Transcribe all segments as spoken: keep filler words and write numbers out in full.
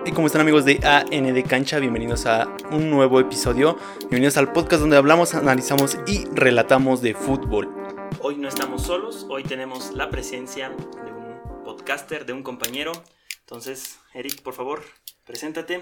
¿Y cómo están, amigos de A N de Cancha? Bienvenidos a un nuevo episodio. Bienvenidos al podcast donde hablamos, analizamos y relatamos de fútbol. Hoy no estamos solos, hoy tenemos la presencia de un podcaster, de un compañero. Entonces, Eric, por favor, preséntate.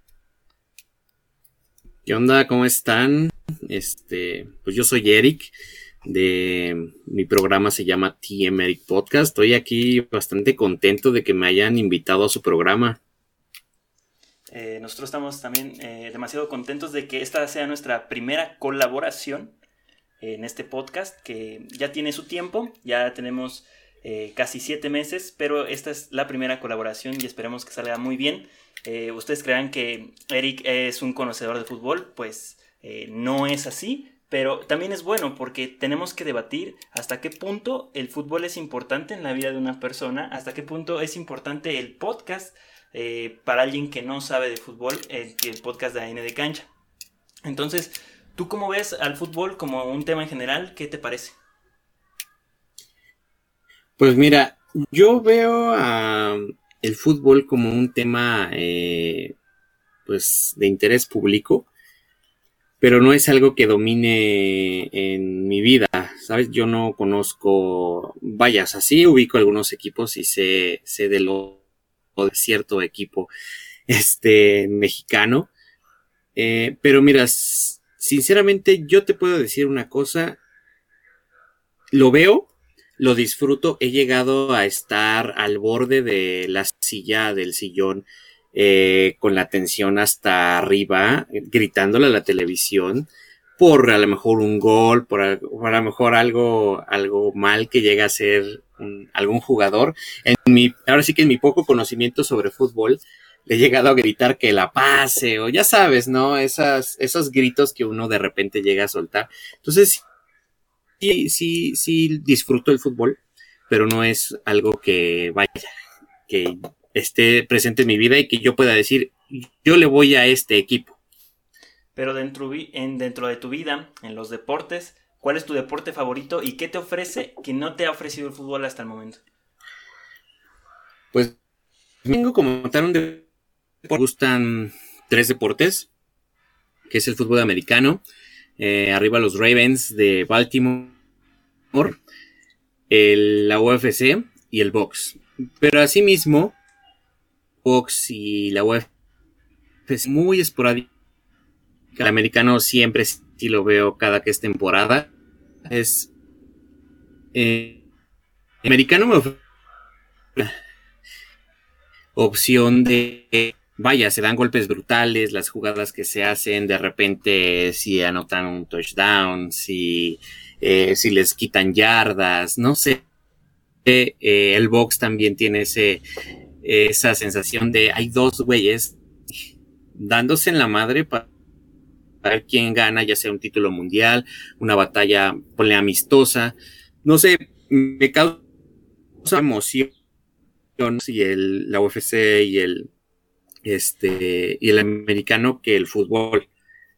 ¿Qué onda? ¿Cómo están? Este, pues yo soy Eric, de mi programa se llama T M Eric Podcast. Estoy aquí bastante contento de que me hayan invitado a su programa. Eh, nosotros estamos también eh, demasiado contentos de que esta sea nuestra primera colaboración en este podcast, que ya tiene su tiempo, ya tenemos eh, casi siete meses, pero esta es la primera colaboración y esperemos que salga muy bien. Eh, ustedes crean que Eric es un conocedor de fútbol, pues eh, no es así, pero también es bueno porque tenemos que debatir hasta qué punto el fútbol es importante en la vida de una persona, hasta qué punto es importante el podcast eh, para alguien que no sabe de fútbol, el, el podcast de A N de Cancha. Entonces, ¿tú cómo ves al fútbol como un tema en general? ¿Qué te parece? Pues mira, yo veo a el fútbol como un tema eh, pues de interés público, pero no es algo que domine en mi vida, ¿sabes? Yo no conozco, vaya, o sea, sí ubico algunos equipos y sé, sé de lo de cierto equipo este mexicano, eh, pero mira, sinceramente yo te puedo decir una cosa, lo veo, lo disfruto, he llegado a estar al borde de la silla, del sillón, eh, con la tensión hasta arriba, gritándole a la televisión, por a lo mejor un gol, por a, por a lo mejor algo, algo mal que llega a ser un, algún jugador. En mi, ahora sí que en mi poco conocimiento sobre fútbol, le he llegado a gritar que la pase, o ya sabes, ¿no? Esas, esos gritos que uno de repente llega a soltar. Entonces, sí, sí, sí disfruto el fútbol, pero no es algo que vaya, que esté presente en mi vida y que yo pueda decir, yo le voy a este equipo. Pero dentro, en, dentro de tu vida, en los deportes, ¿cuál es tu deporte favorito y qué te ofrece que no te ha ofrecido el fútbol hasta el momento? Pues vengo como tal un deporte. Me gustan tres deportes, que es el fútbol americano, eh, arriba los Ravens de Baltimore, el, la U F C y el box. Pero asimismo, box y la U F C es muy esporádico. El americano siempre sí lo veo cada que es temporada. Es eh, el americano me ofrece opción de, vaya, se dan golpes brutales, las jugadas que se hacen, de repente si anotan un touchdown, si, eh, si les quitan yardas, no sé. Eh, el box también tiene ese, esa sensación de hay dos güeyes dándose en la madre para ver quién gana, ya sea un título mundial, una batalla, ponle amistosa, no sé, me causa emoción y el, la U F C y el este y el americano que el fútbol.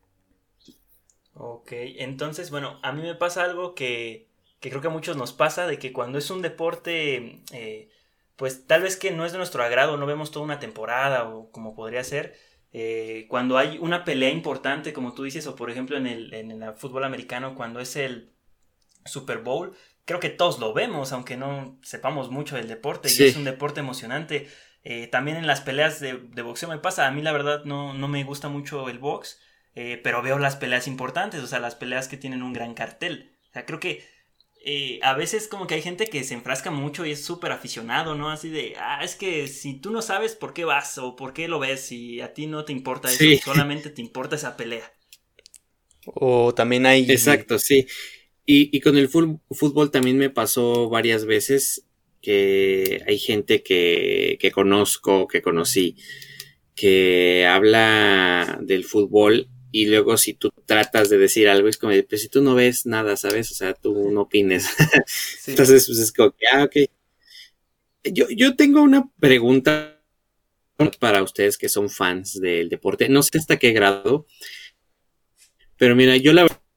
Ok, entonces, bueno, a mí me pasa algo que, que creo que a muchos nos pasa, de que cuando es un deporte, eh, pues tal vez que no es de nuestro agrado, no vemos toda una temporada o como podría ser, eh, cuando hay una pelea importante, como tú dices, o por ejemplo en el, en el fútbol americano, cuando es el Super Bowl, creo que todos lo vemos, aunque no sepamos mucho del deporte, sí. Y es un deporte emocionante. Eh, también en las peleas de, de boxeo me pasa, a mí la verdad no, no me gusta mucho el box, eh, pero veo las peleas importantes, o sea, las peleas que tienen un gran cartel. O sea, creo que eh, a veces como que hay gente que se enfrasca mucho y es súper aficionado, ¿no? Así de, ah, es que si tú no sabes por qué vas o por qué lo ves y a ti no te importa eso, sí. Solamente te importa esa pelea. O también hay... Exacto, sí. Y, y con el fútbol también me pasó varias veces que hay gente que, que conozco, que conocí, que habla del fútbol y luego si tú tratas de decir algo es como, pues si tú no ves nada, ¿sabes? O sea, tú no opines. Sí. Entonces, pues es como que, ah, ok. Yo, yo tengo una pregunta para ustedes que son fans del deporte. No sé hasta qué grado, pero mira, yo la verdad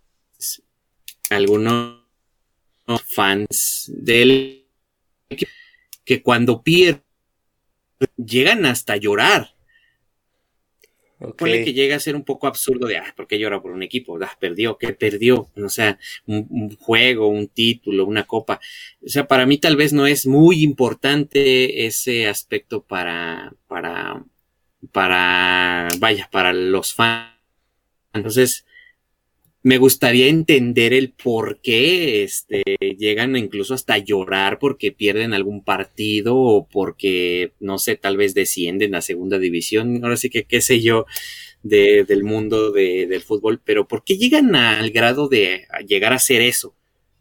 algunos fans del que cuando pierden llegan hasta llorar. Okay. Pone que llega a ser un poco absurdo de, ah, ¿por qué llora por un equipo? Ah, perdió, ¿qué perdió? O sea, un, un juego, un título, una copa. O sea, para mí tal vez no es muy importante ese aspecto para, para, para, vaya, para los fans. Entonces, me gustaría entender el por qué este, llegan incluso hasta llorar porque pierden algún partido o porque, no sé, tal vez descienden a segunda división. Ahora sí que qué sé yo de, del mundo de, del fútbol, pero ¿por qué llegan al grado de llegar a hacer eso?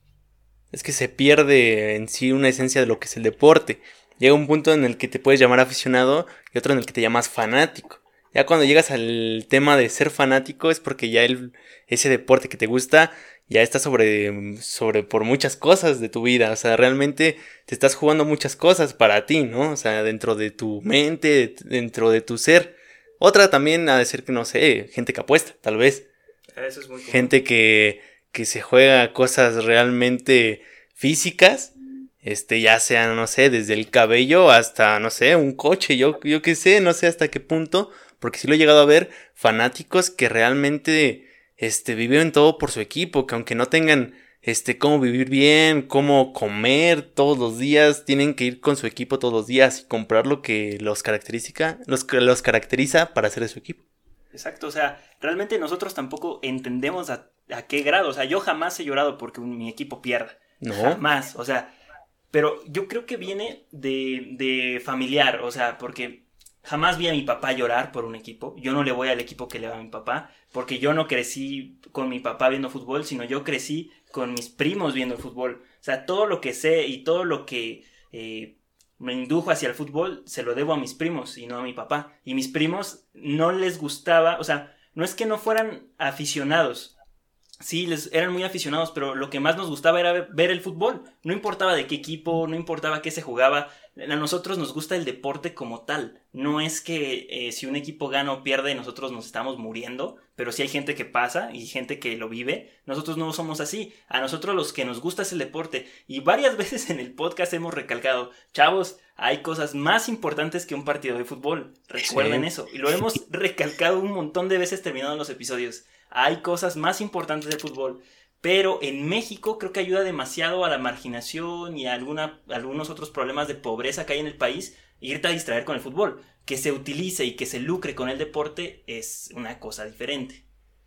Es que se pierde en sí una esencia de lo que es el deporte. Llega un punto en el que te puedes llamar aficionado y otro en el que te llamas fanático. Ya cuando llegas al tema de ser fanático es porque ya el, ese deporte que te gusta ya está sobre, sobre por muchas cosas de tu vida. O sea, realmente te estás jugando muchas cosas para ti, ¿no? O sea, dentro de tu mente, dentro de tu ser. Otra también ha de ser que, no sé, gente que apuesta, tal vez. Eso es muy común. Gente que, que se juega cosas realmente físicas. Este, ya sea, no sé, desde el cabello hasta, no sé, un coche. Yo, yo qué sé, no sé hasta qué punto. Porque sí lo he llegado a ver fanáticos que realmente este, viven todo por su equipo, que aunque no tengan este, cómo vivir bien, cómo comer todos los días, tienen que ir con su equipo todos los días y comprar lo que los caracteriza, los, los caracteriza para ser de su equipo. Exacto, o sea, realmente nosotros tampoco entendemos a, a qué grado. O sea, yo jamás he llorado porque un, mi equipo pierda. No. Jamás, o sea, pero yo creo que viene de, de familiar, o sea, porque... Jamás vi a mi papá llorar por un equipo. Yo no le voy al equipo que le va a mi papá, porque yo no crecí con mi papá viendo fútbol, sino yo crecí con mis primos viendo fútbol. O sea, todo lo que sé y todo lo que eh, me indujo hacia el fútbol se lo debo a mis primos y no a mi papá. Y mis primos no les gustaba, o sea, no es que no fueran aficionados. Sí, les, eran muy aficionados, pero lo que más nos gustaba era ver, ver el fútbol. No importaba de qué equipo, no importaba qué se jugaba. A nosotros nos gusta el deporte como tal. No es que eh, si un equipo gana o pierde nosotros nos estamos muriendo, pero sí hay gente que pasa y gente que lo vive. Nosotros no somos así. A nosotros los que nos gusta es el deporte. Y varias veces en el podcast hemos recalcado, chavos, hay cosas más importantes que un partido de fútbol. Recuerden sí. eso. Y lo hemos recalcado un montón de veces terminando los episodios. Hay cosas más importantes del fútbol, pero en México creo que ayuda demasiado a la marginación y a alguna, algunos otros problemas de pobreza que hay en el país, irte a distraer con el fútbol. Que se utilice y que se lucre con el deporte es una cosa diferente.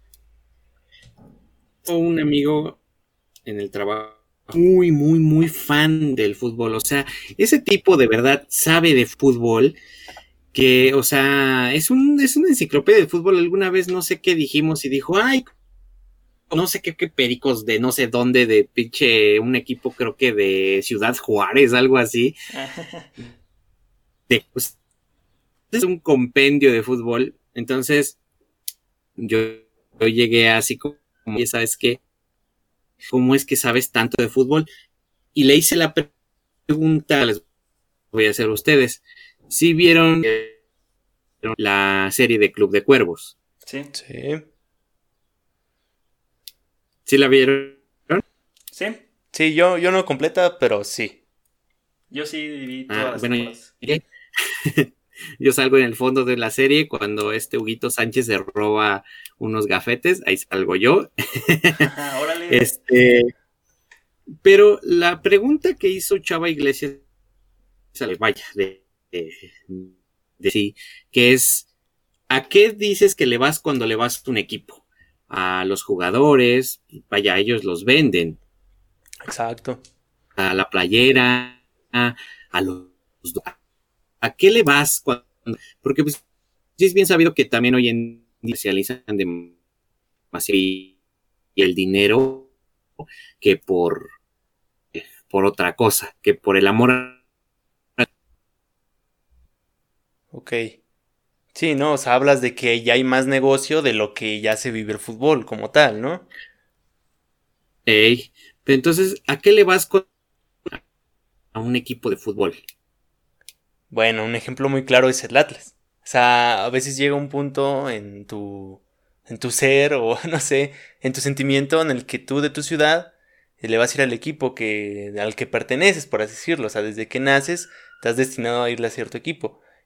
Un amigo en el trabajo muy, muy, muy fan del fútbol, o sea, ese tipo de verdad sabe de fútbol. Que, o sea, es un es una enciclopedia de fútbol. Alguna vez no sé qué dijimos y dijo, ay, no sé qué, qué pericos de no sé dónde, de pinche, un equipo creo que de Ciudad Juárez, algo así. de, pues, es un compendio de fútbol. Entonces, yo, yo llegué así como, ya sabes qué, ¿cómo es que sabes tanto de fútbol? Y le hice la pregunta, les voy a hacer a ustedes. ¿Sí vieron la serie de Club de Cuervos? Sí. Sí. ¿Sí la vieron? Sí. Sí, yo, yo no completa, pero sí. Yo sí vi todas Ah, las bueno, temporadas. Yo salgo en el fondo de la serie cuando este Huguito Sánchez se roba unos gafetes, ahí salgo yo. Órale. Este, pero la pregunta que hizo Chava Iglesias, vaya, de De, de sí, que es ¿a qué dices que le vas cuando le vas a un equipo? A los jugadores, vaya, ellos los venden. Exacto. A la playera, a, a los ¿a qué le vas? Cuando, porque pues sí es bien sabido que también hoy en día se realizan demasiado y el dinero que por por otra cosa, que por el amor a Ok. Sí, ¿no? O sea, hablas de que ya hay más negocio de lo que ya se vive el fútbol como tal, ¿no? Ey, pero entonces, ¿a qué le vas con a un equipo de fútbol? Bueno, un ejemplo muy claro es el Atlas. O sea, a veces llega un punto en tu, en tu ser o no sé, en tu sentimiento en el que tú de tu ciudad le vas a ir al equipo que, al que perteneces, por así decirlo. O sea, desde que naces estás destinado a irle a cierto equipo.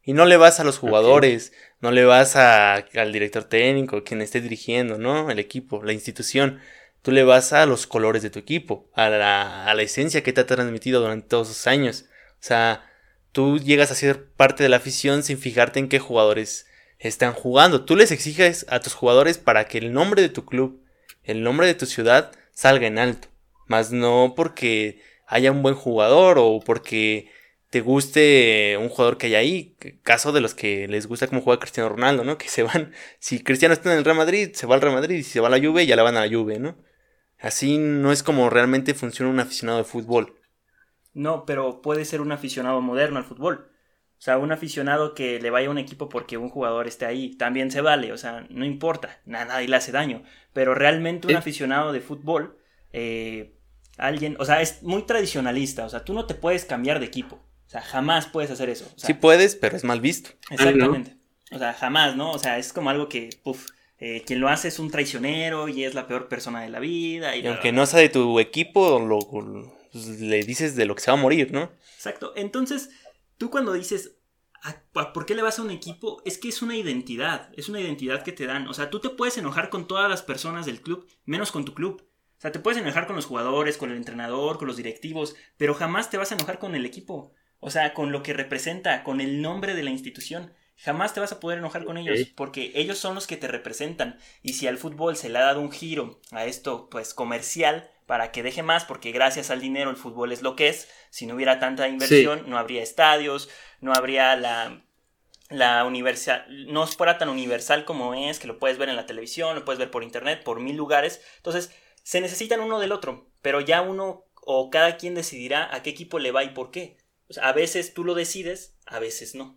Y no le vas a los Ok. jugadores, no le vas a, al director técnico, quien esté dirigiendo, ¿no? El equipo, la institución. Tú le vas a los colores de tu equipo, a la, a la esencia que te ha transmitido durante todos esos años. O sea, tú llegas a ser parte de la afición sin fijarte en qué jugadores están jugando. Tú les exiges a tus jugadores para que el nombre de tu club, el nombre de tu ciudad salga en alto. Más no porque haya un buen jugador o porque te guste un jugador que hay ahí. Caso de los que les gusta cómo juega Cristiano Ronaldo, ¿no? Que se van, si Cristiano está en el Real Madrid, se va al Real Madrid, y si se va a la Juve, ya le van a la Juve, ¿no? Así no es como realmente funciona un aficionado de fútbol. No, pero puede ser un aficionado moderno al fútbol. O sea, un aficionado que le vaya a un equipo porque un jugador esté ahí, también se vale, o sea, no importa, nada, nadie le hace daño. Pero realmente un Sí. aficionado de fútbol, eh, alguien, o sea, es muy tradicionalista, o sea, tú no te puedes cambiar de equipo, o sea, jamás puedes hacer eso. O sea, Sí puedes, pero es mal visto. exactamente, o sea, jamás, ¿no? O sea, es como algo que, puf, eh, quien lo hace es un traicionero y es la peor persona de la vida. Y, Y bla, aunque bla, bla. no sea de tu equipo, lo, pues, le dices de lo que se va a morir, ¿no? Exacto. Entonces, tú cuando dices, "¿A- a- ¿por qué le vas a un equipo?" Es que es una identidad, es una identidad que te dan. O sea, tú te puedes enojar con todas las personas del club, menos con tu club. O sea, te puedes enojar con los jugadores, con el entrenador, con los directivos, pero jamás te vas a enojar con el equipo. O sea, con lo que representa, con el nombre de la institución. Jamás te vas a poder enojar con ellos, Ok. porque ellos son los que te representan. Y si al fútbol se le ha dado un giro a esto, pues comercial, para que deje más, porque gracias al dinero el fútbol es lo que es. Si no hubiera tanta inversión, no habría estadios, no habría la, la universal, no fuera tan universal como es, que lo puedes ver en la televisión, lo puedes ver por internet, por mil lugares. Entonces, se necesitan uno del otro, pero ya uno o cada quien decidirá a qué equipo le va y por qué. O sea, a veces tú lo decides, a veces no.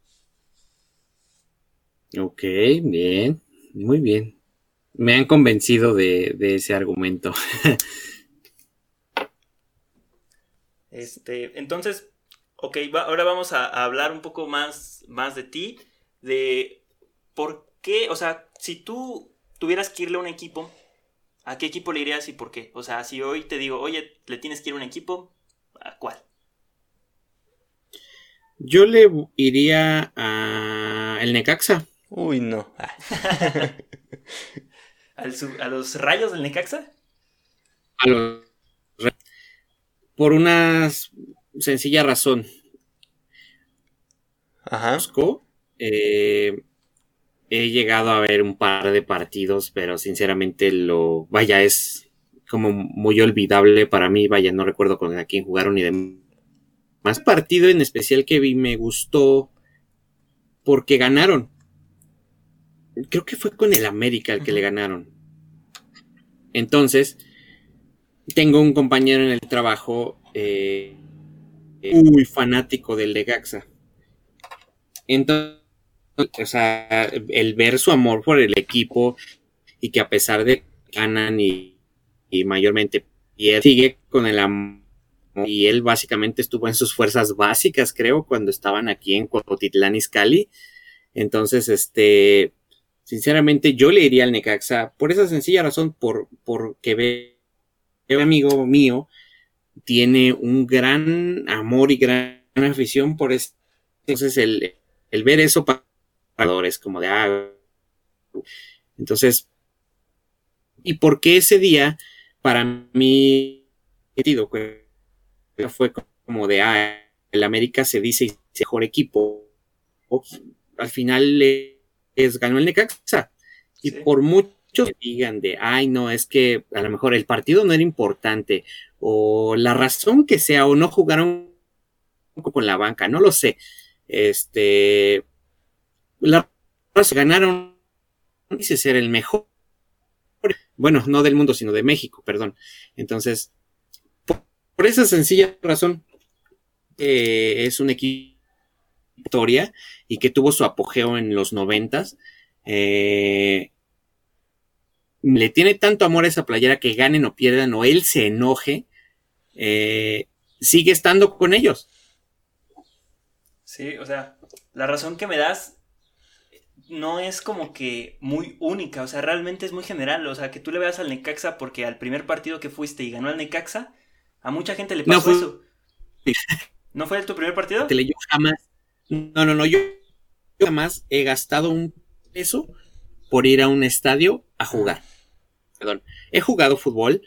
Ok, bien, muy bien. Me han convencido de, de ese argumento. Este, entonces, ok, va- ahora vamos a, a hablar un poco más, más de ti, de por qué, o sea, si tú tuvieras que irle a un equipo, ¿a qué equipo le irías y por qué? O sea, si hoy te digo, oye, le tienes que ir a un equipo, ¿a cuál? Yo le iría a el Necaxa. Uy, no. Ah, ¿Al su- ¿A los Rayos del Necaxa? A los- por una sencilla razón. Ajá. Conozco, eh, he llegado a ver un par de partidos, pero sinceramente lo, vaya, es como muy olvidable para mí, vaya, no recuerdo con a quién jugaron ni de más partido en especial que vi me gustó porque ganaron. Creo que fue con el América el que Ujú. le ganaron. Entonces, tengo un compañero en el trabajo eh, muy fanático del Necaxa. Entonces, o sea, el ver su amor por el equipo y que a pesar de que ganan y, y mayormente pierden, sigue con el amor. Y él básicamente estuvo en sus fuerzas básicas, creo, cuando estaban aquí en Cuautitlán Izcalli. Entonces, este, sinceramente, yo le iría al Necaxa por esa sencilla razón, por porque ve un amigo mío tiene un gran amor y gran afición por eso. Entonces, el, el ver eso para jugadores como de ah, entonces, y porque ese día para mí fue como de ah, el América se dice mejor equipo, al final les ganó el Necaxa y Sí. por mucho que digan de ay no, es que a lo mejor el partido no era importante o la razón que sea o no jugaron con la banca, no lo sé, este la ganaron dice ser el mejor, bueno, no del mundo sino de México, perdón. Entonces por, por esa sencilla razón eh, es un equipo historia y que tuvo su apogeo en los noventas. Eh, le tiene tanto amor a esa playera que ganen o pierdan o él se enoje, eh, sigue estando con ellos. Sí, o sea, la razón que me das no es como que muy única, o sea, realmente es muy general, o sea, que tú le veas al Necaxa porque al primer partido que fuiste y ganó el Necaxa, a mucha gente le pasó No fue, eso. ¿No fue tu primer partido? yo jamás, No, no, no, yo, yo jamás he gastado un peso por ir a un estadio a jugar. Perdón, he jugado fútbol,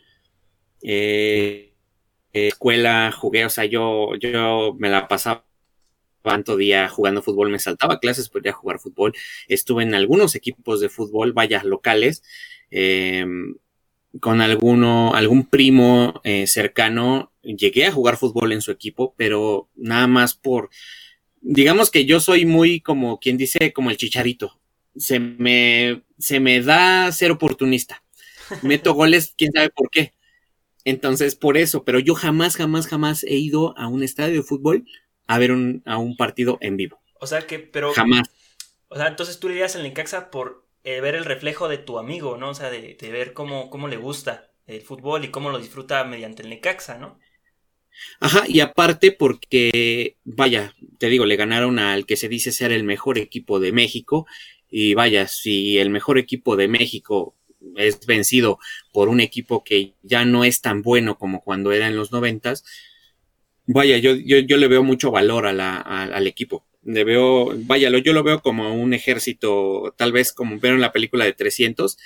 eh, escuela, jugué, o sea, yo, yo me la pasaba tanto día jugando fútbol, me saltaba clases por ir a jugar fútbol, estuve en algunos equipos de fútbol, vaya, locales, eh, con alguno, algún primo eh, cercano, llegué a jugar fútbol en su equipo, pero nada más por, digamos que yo soy muy como quien dice, como el Chicharito, se me, se me da ser oportunista, meto goles, quién sabe por qué, entonces por eso, pero yo jamás, jamás, jamás he ido a un estadio de fútbol a ver un, a un partido en vivo. O sea que, pero... Jamás. O sea, entonces tú le irías al Necaxa por eh, ver el reflejo de tu amigo, ¿no? O sea, de, de ver cómo, cómo le gusta el fútbol y cómo lo disfruta mediante el Necaxa, ¿no? Ajá, y aparte porque, vaya, te digo, le ganaron al que se dice ser el mejor equipo de México, y vaya, si el mejor equipo de México es vencido por un equipo que ya no es tan bueno como cuando era en los noventas, vaya, yo, yo, yo le veo mucho valor a la, a, al equipo. Le veo, vaya, lo, yo lo veo como un ejército, tal vez como vieron la película de trescientos,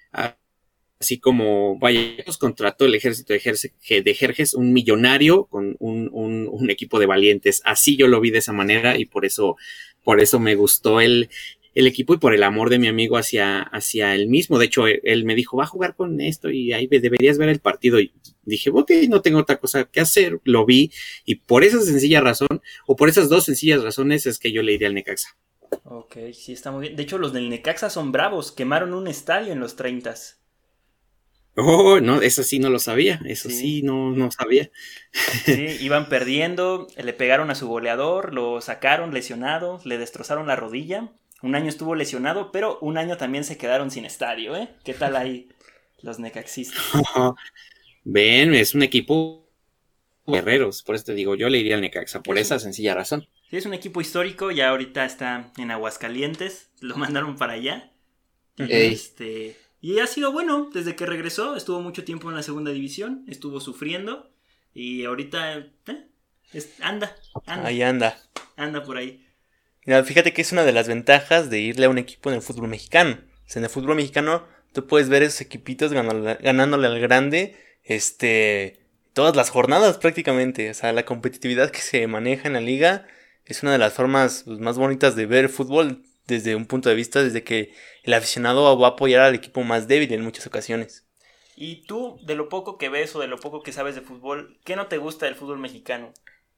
así como, vaya, nos contrató el ejército de, Jerjes, de Jerjes, un millonario con un, un, un equipo de valientes. Así yo lo vi de esa manera y por eso, por eso me gustó el, el equipo y por el amor de mi amigo hacia, hacia él mismo. De hecho, él, él me dijo, va a jugar con esto y ahí deberías ver el partido. Y dije, ok, no tengo otra cosa que hacer. Lo vi y por esa sencilla razón, o por esas dos sencillas razones, es que yo le iría al Necaxa. Ok, sí, está muy bien. De hecho, los del Necaxa son bravos. Quemaron un estadio en los treintas. Oh, no, eso sí no lo sabía. Eso sí, sí no, no sabía. Sí, iban perdiendo, le pegaron a su goleador, lo sacaron lesionado, le destrozaron la rodilla. Un año estuvo lesionado, pero un año también se quedaron sin estadio, ¿eh? ¿Qué tal ahí los necaxistas? Ven, es un equipo guerreros, por eso te digo, yo le iría al Necaxa, por esa sencilla razón. Sí, es un equipo histórico, ya ahorita está en Aguascalientes, lo mandaron para allá. Ey. Este, y ha sido bueno, desde que regresó, estuvo mucho tiempo en la segunda división, estuvo sufriendo, y ahorita eh, es, anda, anda. Ahí anda. Anda por ahí. Mira, fíjate que es una de las ventajas de irle a un equipo en el fútbol mexicano. O sea, en el fútbol mexicano tú puedes ver esos equipitos ganándole, ganándole al grande, este, todas las jornadas prácticamente. O sea, la competitividad que se maneja en la liga es una de las formas pues, más bonitas de ver fútbol desde un punto de vista, desde que el aficionado va a apoyar al equipo más débil en muchas ocasiones. Y tú, de lo poco que ves o de lo poco que sabes de fútbol, ¿qué no te gusta del fútbol mexicano?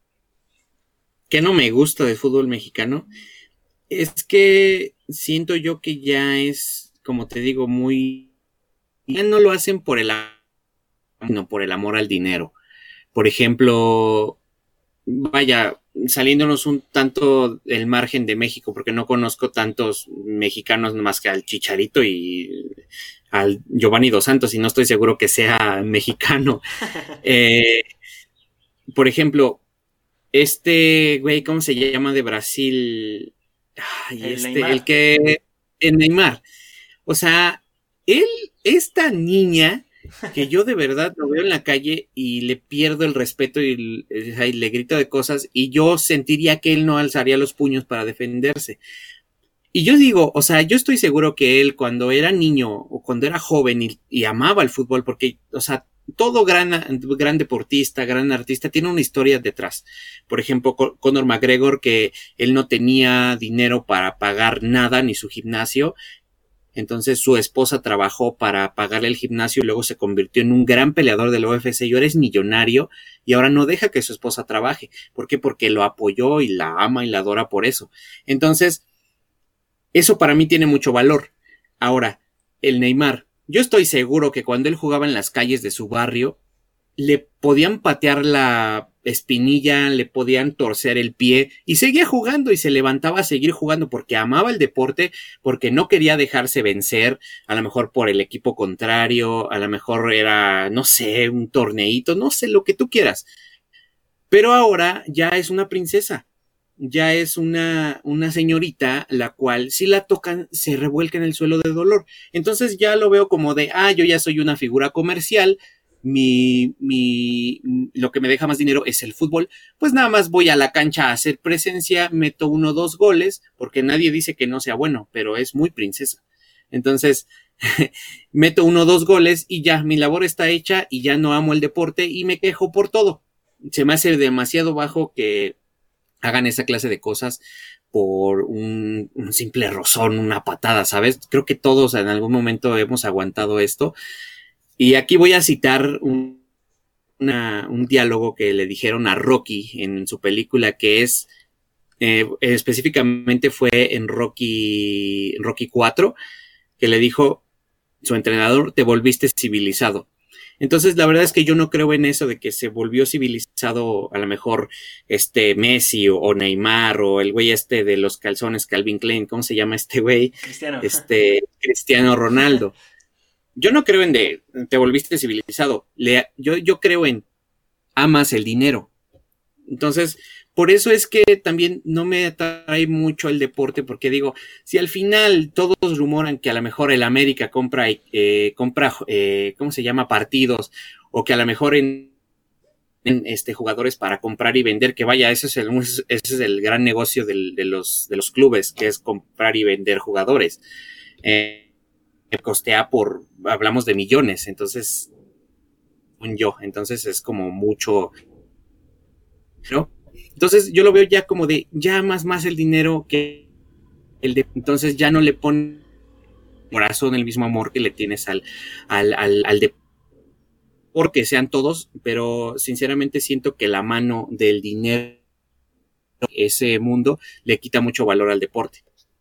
¿Qué no me gusta del fútbol mexicano? Es que siento yo que ya es, como te digo, muy... Ya no lo hacen por el amor, no por el amor al dinero. Por ejemplo, vaya, saliéndonos un tanto del margen de México, porque no conozco tantos mexicanos más que al Chicharito y al Giovanni Dos Santos, y no estoy seguro que sea mexicano. eh, por ejemplo, este güey, ¿cómo se llama de Brasil? Ay, El este, Neymar. el que, el Neymar. O sea, él, esta niña, que yo de verdad lo veo en la calle y le pierdo el respeto y, y le grito de cosas, y yo sentiría que él no alzaría los puños para defenderse. Y yo digo, o sea, yo estoy seguro que él cuando era niño o cuando era joven y, y amaba el fútbol, porque, o sea, todo gran, gran deportista, gran artista, tiene una historia detrás. Por ejemplo, Conor McGregor, que él no tenía dinero para pagar nada, ni su gimnasio. Entonces su esposa trabajó para pagarle el gimnasio y luego se convirtió en un gran peleador del U F C. Y ahora es millonario y ahora no deja que su esposa trabaje. ¿Por qué? Porque lo apoyó y la ama y la adora por eso. Entonces, eso para mí tiene mucho valor. Ahora, el Neymar. Yo estoy seguro que cuando él jugaba en las calles de su barrio, le podían patear la espinilla, le podían torcer el pie y seguía jugando y se levantaba a seguir jugando porque amaba el deporte, porque no quería dejarse vencer, a lo mejor por el equipo contrario, a lo mejor era, no sé, un torneito, no sé, lo que tú quieras. Pero ahora ya es una princesa. Ya es una, una señorita la cual si la tocan se revuelca en el suelo de dolor. Entonces ya lo veo como de, ah, yo ya soy una figura comercial, mi, mi, lo que me deja más dinero es el fútbol, pues nada más voy a la cancha a hacer presencia, meto uno o dos goles, porque nadie dice que no sea bueno, pero es muy princesa. Entonces, meto uno o dos goles y ya, mi labor está hecha y ya no amo el deporte y me quejo por todo. Se me hace demasiado bajo que hagan esa clase de cosas por un, un simple rozón, una patada, ¿sabes? Creo que todos en algún momento hemos aguantado esto. Y aquí voy a citar un, una, un diálogo que le dijeron a Rocky en su película, que es, eh, específicamente fue en Rocky, Rocky cuatro, que le dijo su entrenador: te volviste civilizado. Entonces, la verdad es que yo no creo en eso de que se volvió civilizado a lo mejor este Messi o, o Neymar o el güey este de los calzones, Calvin Klein, ¿cómo se llama este güey? Cristiano. Este, Cristiano Ronaldo. Yo no creo en de te volviste civilizado. Le, yo, yo creo en amas el dinero. Entonces, por eso es que también no me atrae mucho el deporte, porque digo, si al final todos rumoran que a lo mejor el América compra, eh, compra eh, ¿cómo se llama? Partidos, o que a lo mejor en, en este, jugadores para comprar y vender, que vaya, ese es el, ese es el gran negocio del, de, los, de los clubes, que es comprar y vender jugadores. Eh, costea por, hablamos de millones, entonces, un yo, entonces es como mucho, ¿no? Entonces yo lo veo ya como de, ya más más el dinero que el de, entonces ya no le pone corazón el mismo amor que le tienes al, al, al, al de, porque sean todos, pero sinceramente siento que la mano del dinero, ese mundo, le quita mucho valor al deporte.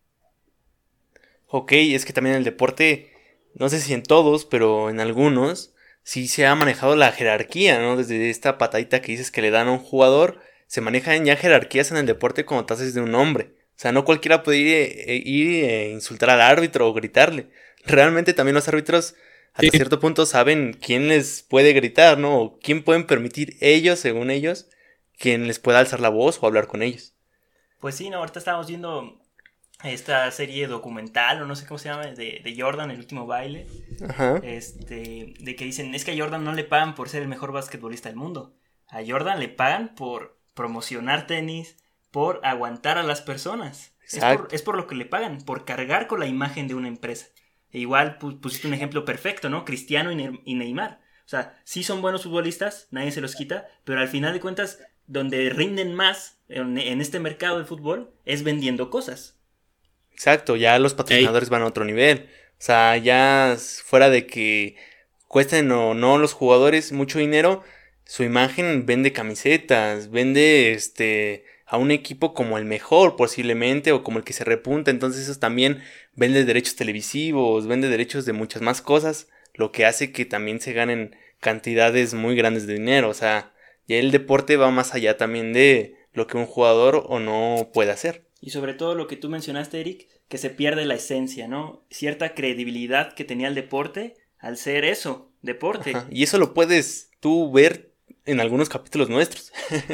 Ok, es que también el deporte, no sé si en todos, pero en algunos, sí se ha manejado la jerarquía, ¿no? Desde esta patadita que dices que le dan a un jugador, se manejan ya jerarquías en el deporte cuando te haces de un hombre. O sea, no cualquiera puede ir, eh, ir e insultar al árbitro o gritarle. Realmente también los árbitros hasta sí. cierto punto saben quién les puede gritar, ¿no? O quién pueden permitir ellos, según ellos, quién les pueda alzar la voz o hablar con ellos. Pues sí, no, ahorita estábamos viendo esta serie documental, o no sé cómo se llama, de, de Jordan, el último baile. Ajá. Este, de que dicen, es que a Jordan no le pagan por ser el mejor basquetbolista del mundo. A Jordan le pagan por promocionar tenis, por aguantar a las personas. Es por, es por lo que le pagan, por cargar con la imagen de una empresa. E igual pusiste un ejemplo perfecto, ¿no? Cristiano y, ne- y Neymar. O sea, sí son buenos futbolistas, nadie se los quita, pero al final de cuentas, donde rinden más en, en este mercado de fútbol es vendiendo cosas. Exacto, ya los patrocinadores Ey. van a otro nivel. O sea, ya fuera de que cuesten o no los jugadores mucho dinero, su imagen vende camisetas, vende este a un equipo como el mejor posiblemente o como el que se repunta. Entonces eso también vende derechos televisivos, vende derechos de muchas más cosas, lo que hace que también se ganen cantidades muy grandes de dinero. O sea, ya el deporte va más allá también de lo que un jugador o no puede hacer. Y sobre todo lo que tú mencionaste, Eric, que se pierde la esencia, ¿no? Cierta credibilidad que tenía el deporte al ser eso, deporte. Ajá. Y eso lo puedes tú ver en algunos capítulos nuestros.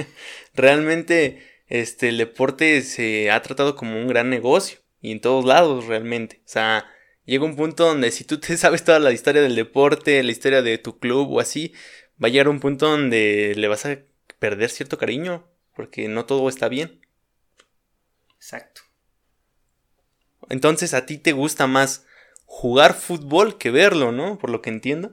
Realmente este, el deporte se ha tratado como un gran negocio. Y en todos lados realmente. O sea, llega un punto donde si tú te sabes toda la historia del deporte, la historia de tu club o así, va a llegar un punto donde le vas a perder cierto cariño. Porque no todo está bien. Exacto. Entonces a ti te gusta más jugar fútbol que verlo, ¿no? Por lo que entiendo.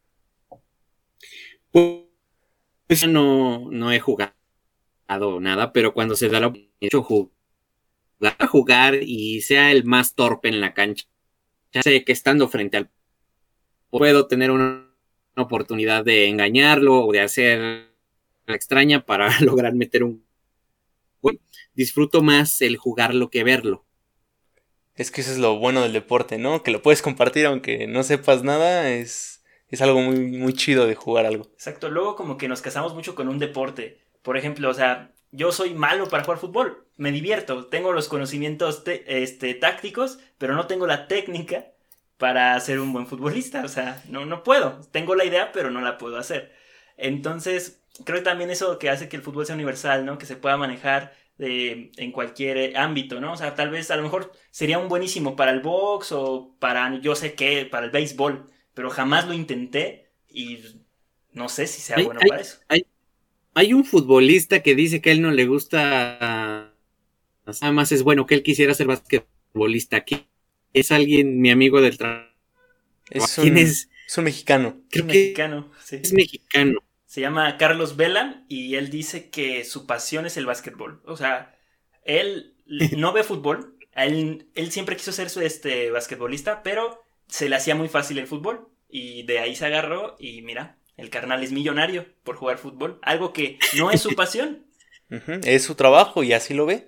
Pues no, no he jugado nada, pero cuando se da la oportunidad jugar, jugar y sea el más torpe en la cancha, ya sé que estando frente al puedo tener una oportunidad de engañarlo o de hacer la extraña para lograr meter un gol. Disfruto más el jugarlo que verlo. Es que eso es lo bueno del deporte, ¿no? Que lo puedes compartir aunque no sepas nada, es, es algo muy, muy chido de jugar algo. Exacto, luego como que nos casamos mucho con un deporte. Por ejemplo, o sea, yo soy malo para jugar fútbol, me divierto, tengo los conocimientos te- este, tácticos, pero no tengo la técnica para ser un buen futbolista. O sea, no, no puedo, tengo la idea, pero no la puedo hacer. Entonces, creo que también eso que hace que el fútbol sea universal, ¿no? Que se pueda manejar de, en cualquier ámbito, ¿no? O sea, tal vez a lo mejor sería un buenísimo para el box o para yo sé qué, para el béisbol, pero jamás lo intenté y no sé si sea hay, bueno hay, para eso. Hay, hay un futbolista que dice que a él no le gusta, nada más es bueno, que él quisiera ser basquetbolista. Aquí es alguien, mi amigo del trabajo. Es ¿Quién un, es? Es un mexicano. Creo Un que mexicano, sí. es mexicano. Se llama Carlos Vela y él dice que su pasión es el básquetbol. O sea, él no ve fútbol. Él, él siempre quiso ser este, basquetbolista, pero se le hacía muy fácil el fútbol. Y de ahí se agarró y mira, el carnal es millonario por jugar fútbol. Algo que no es su pasión. Uh-huh. Es su trabajo y así lo ve.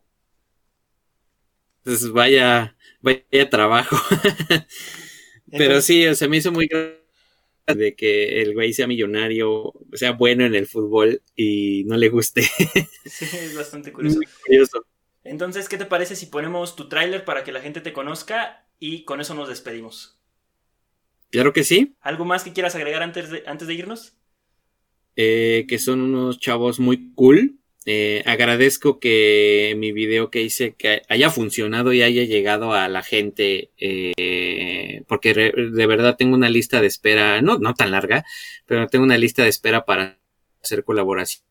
Pues vaya, vaya trabajo. Pero Entonces, sí, o sea, me hizo muy grande de que el güey sea millonario, sea bueno en el fútbol y no le guste. sí, es bastante curioso. Muy curioso. Entonces, ¿qué te parece si ponemos tu tráiler para que la gente te conozca y con eso nos despedimos? Claro que sí. ¿Algo más que quieras agregar antes de, antes de irnos? Eh, que son unos chavos muy cool. Eh, agradezco que mi video que hice que haya funcionado y haya llegado a la gente, eh, porque re, de verdad tengo una lista de espera, no, no tan larga, pero tengo una lista de espera para hacer colaboración.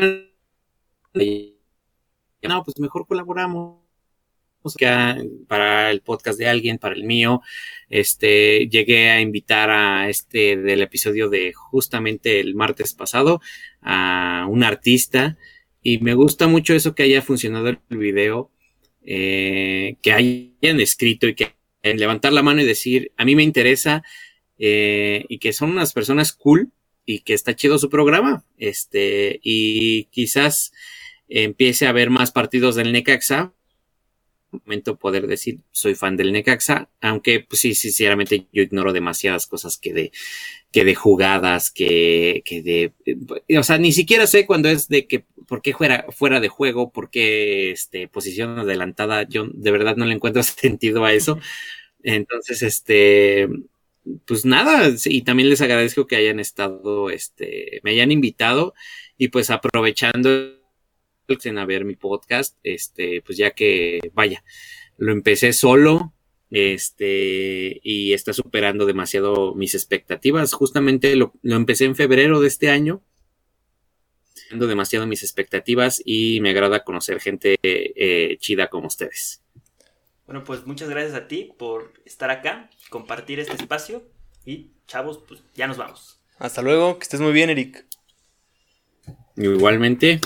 No, pues mejor colaboramos para el podcast de alguien, para el mío. Este, llegué a invitar a este del episodio de justamente el martes pasado a un artista. Y me gusta mucho eso que haya funcionado el video, eh, que hayan escrito y que levantar la mano y decir, a mí me interesa, eh, y que son unas personas cool y que está chido su programa. Este, y quizás empiece a haber más partidos del Necaxa. Momento poder decir, soy fan del Necaxa, aunque pues sí, sinceramente yo ignoro demasiadas cosas que de que de jugadas, que, que de, o sea, ni siquiera sé cuando es de que, por qué fuera, fuera de juego, por qué, este, posición adelantada, yo de verdad no le encuentro sentido a eso. Entonces, este, pues nada, y también les agradezco que hayan estado, este, me hayan invitado, y pues aprovechando a ver mi podcast, este, pues ya que, vaya, lo empecé solo, este, y está superando demasiado mis expectativas. Justamente lo, lo empecé en febrero de este año, superando demasiado mis expectativas y me agrada conocer gente eh, chida como ustedes. Bueno, pues muchas gracias a ti por estar acá, compartir este espacio y chavos, pues ya nos vamos. Hasta luego, que estés muy bien, Eric. Igualmente.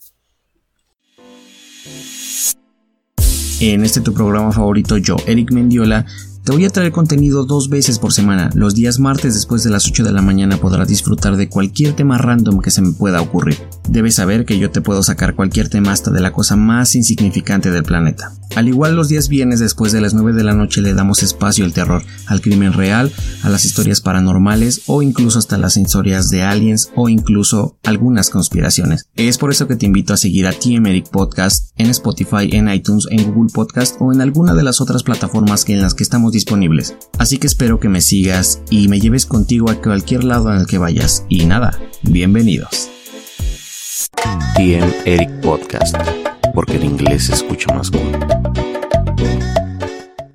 En este tu programa favorito, yo, Eric Mendiola, te voy a traer contenido dos veces por semana. Los días martes después de las ocho de la mañana podrás disfrutar de cualquier tema random que se me pueda ocurrir. Debes saber que yo te puedo sacar cualquier tema hasta de la cosa más insignificante del planeta. Al igual los días viernes después de las nueve de la noche le damos espacio al terror, al crimen real, a las historias paranormales o incluso hasta las historias de aliens o incluso algunas conspiraciones. Es por eso que te invito a seguir a T M Eric Podcast en Spotify, en iTunes, en Google Podcast o en alguna de las otras plataformas que en las que estamos disponibles. Así que espero que me sigas y me lleves contigo a cualquier lado en el que vayas. Y nada, bienvenidos. T M Eric Podcast, porque el inglés se escucha más cool.